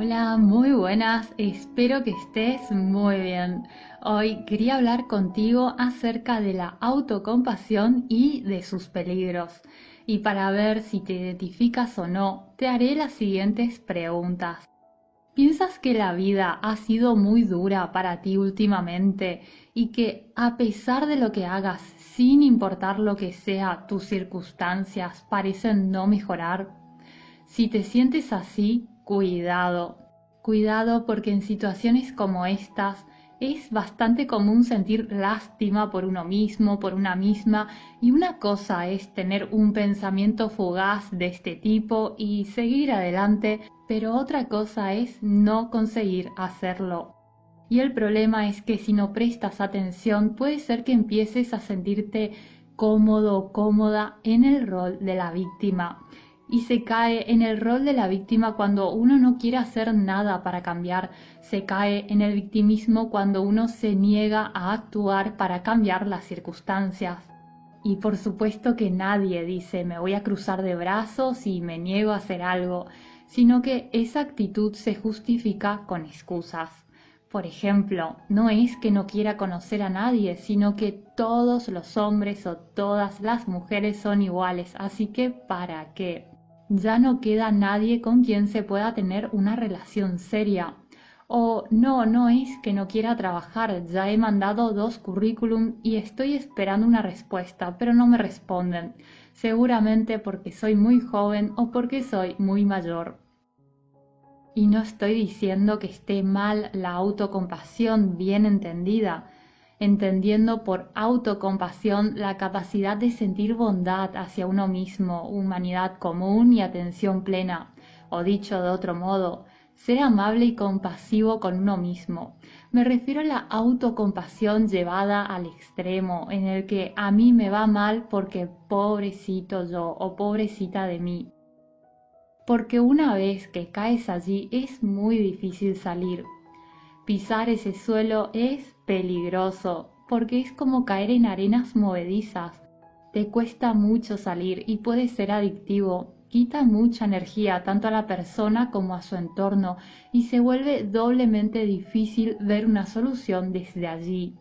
Hola, muy buenas, espero que estés muy bien. Hoy quería hablar contigo acerca de la autocompasión y de sus peligros. Y para ver si te identificas o no, te haré las siguientes preguntas. ¿Piensas que la vida ha sido muy dura para ti últimamente y que a pesar de lo que hagas, sin importar lo que sea, tus circunstancias parecen no mejorar? Si te sientes así, cuidado. Cuidado porque en situaciones como estas es bastante común sentir lástima por uno mismo, por una misma, y una cosa es tener un pensamiento fugaz de este tipo y seguir adelante, pero otra cosa es no conseguir hacerlo. Y el problema es que si no prestas atención puede ser que empieces a sentirte cómodo o cómoda en el rol de la víctima y se cae en el rol de la víctima cuando uno no quiere hacer nada para cambiar, se cae en el victimismo cuando uno se niega a actuar para cambiar las circunstancias. Y por supuesto que nadie dice me voy a cruzar de brazos y me niego a hacer algo, sino que esa actitud se justifica con excusas. Por ejemplo, no es que no quiera conocer a nadie, sino que todos los hombres o todas las mujeres son iguales, así que ¿para qué? Ya no queda nadie con quien se pueda tener una relación seria. O no, no es que no quiera trabajar, ya he mandado 2 currículum y estoy esperando una respuesta, pero no me responden, seguramente porque soy muy joven o porque soy muy mayor. Y no estoy diciendo que esté mal la autocompasión bien entendida, entendiendo por autocompasión la capacidad de sentir bondad hacia uno mismo, humanidad común y atención plena, o dicho de otro modo, ser amable y compasivo con uno mismo. Me refiero a la autocompasión llevada al extremo, en el que a mí me va mal porque pobrecito yo o pobrecita de mí. Porque una vez que caes allí es muy difícil salir. Pisar ese suelo es peligroso porque es como caer en arenas movedizas. Te cuesta mucho salir y puede ser adictivo. Quita mucha energía tanto a la persona como a su entorno y se vuelve doblemente difícil ver una solución desde allí.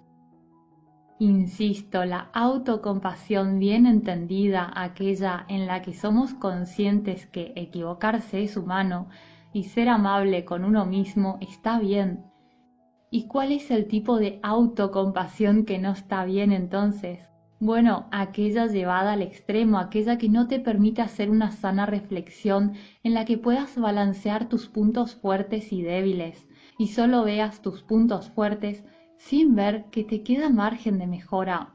Insisto, la autocompasión bien entendida, aquella en la que somos conscientes que equivocarse es humano y ser amable con uno mismo está bien. ¿Y cuál es el tipo de autocompasión que no está bien entonces? Bueno, aquella llevada al extremo, aquella que no te permite hacer una sana reflexión en la que puedas balancear tus puntos fuertes y débiles, y solo veas tus puntos fuertes sin ver que te queda margen de mejora.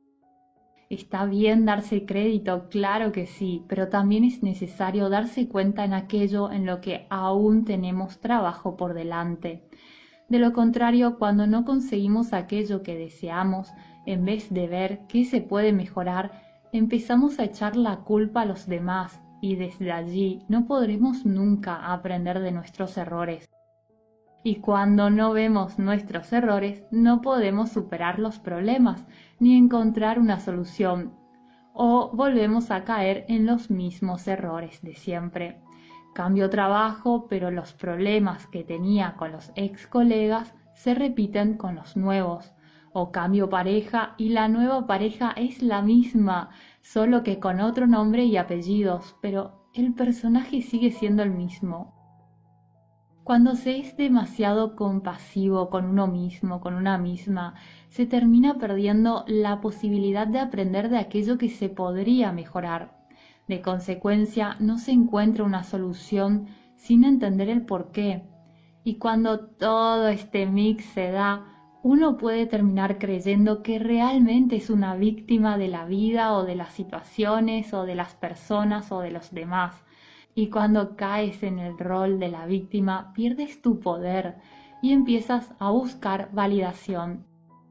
Está bien darse crédito, claro que sí, pero también es necesario darse cuenta en aquello en lo que aún tenemos trabajo por delante. De lo contrario, cuando no conseguimos aquello que deseamos, en vez de ver qué se puede mejorar, empezamos a echar la culpa a los demás y desde allí no podremos nunca aprender de nuestros errores. Y cuando no vemos nuestros errores, no podemos superar los problemas ni encontrar una solución, o volvemos a caer en los mismos errores de siempre. Cambio trabajo, pero los problemas que tenía con los ex colegas se repiten con los nuevos. O cambio pareja y la nueva pareja es la misma, solo que con otro nombre y apellidos, pero el personaje sigue siendo el mismo. Cuando se es demasiado compasivo con uno mismo, con una misma, se termina perdiendo la posibilidad de aprender de aquello que se podría mejorar. De consecuencia, no se encuentra una solución sin entender el porqué. Y cuando todo este mix se da, uno puede terminar creyendo que realmente es una víctima de la vida o de las situaciones o de las personas o de los demás. Y cuando caes en el rol de la víctima, pierdes tu poder y empiezas a buscar validación.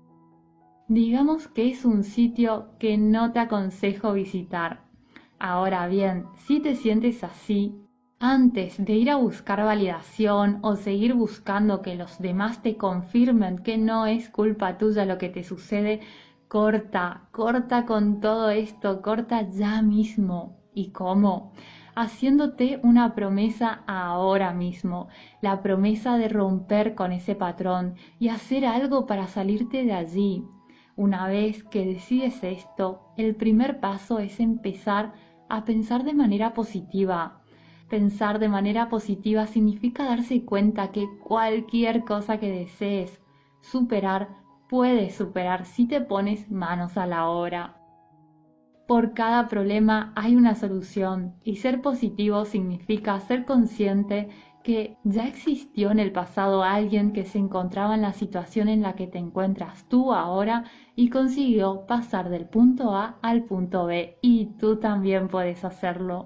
Digamos que es un sitio que no te aconsejo visitar. Ahora bien, si te sientes así, antes de ir a buscar validación o seguir buscando que los demás te confirmen que no es culpa tuya lo que te sucede, corta con todo esto, corta ya mismo. ¿Y cómo? haciéndote una promesa ahora mismo, la promesa de romper con ese patrón y hacer algo para salirte de allí. Una vez que decides esto, el primer paso es empezar a pensar de manera positiva. Pensar de manera positiva significa darse cuenta que cualquier cosa que desees superar, puedes superar si te pones manos a la obra. Por cada problema hay una solución y ser positivo significa ser consciente que ya existió en el pasado alguien que se encontraba en la situación en la que te encuentras tú ahora y consiguió pasar del punto A al punto B y tú también puedes hacerlo.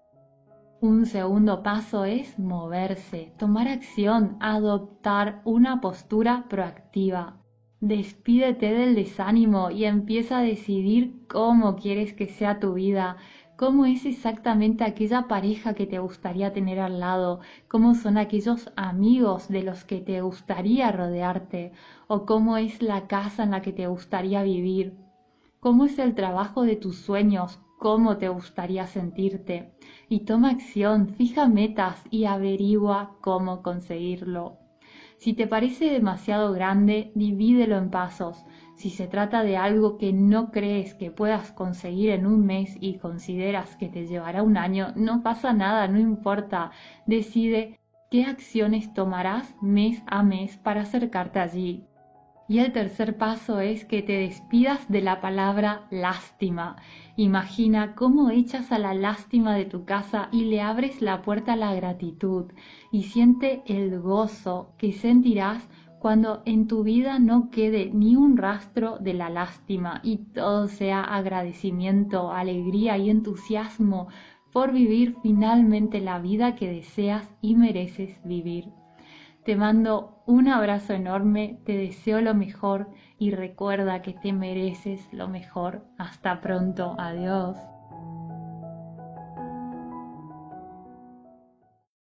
Un segundo paso es moverse, tomar acción, adoptar una postura proactiva. Despídete del desánimo y empieza a decidir cómo quieres que sea tu vida, cómo es exactamente aquella pareja que te gustaría tener al lado, cómo son aquellos amigos de los que te gustaría rodearte, o cómo es la casa en la que te gustaría vivir. ¿Cómo es el trabajo de tus sueños? ¿Cómo te gustaría sentirte? Y toma acción, fija metas y averigua cómo conseguirlo. Si te parece demasiado grande, divídelo en pasos. Si se trata de algo que no crees que puedas conseguir en un mes y consideras que te llevará un año, no pasa nada, no importa. Decide qué acciones tomarás mes a mes para acercarte allí. Y el tercer paso es que te despidas de la palabra lástima. Imagina cómo echas a la lástima de tu casa y le abres la puerta a la gratitud y siente el gozo que sentirás cuando en tu vida no quede ni un rastro de la lástima y todo sea agradecimiento, alegría y entusiasmo por vivir finalmente la vida que deseas y mereces vivir. Te mando un abrazo enorme, te deseo lo mejor y recuerda que te mereces lo mejor. Hasta pronto, adiós.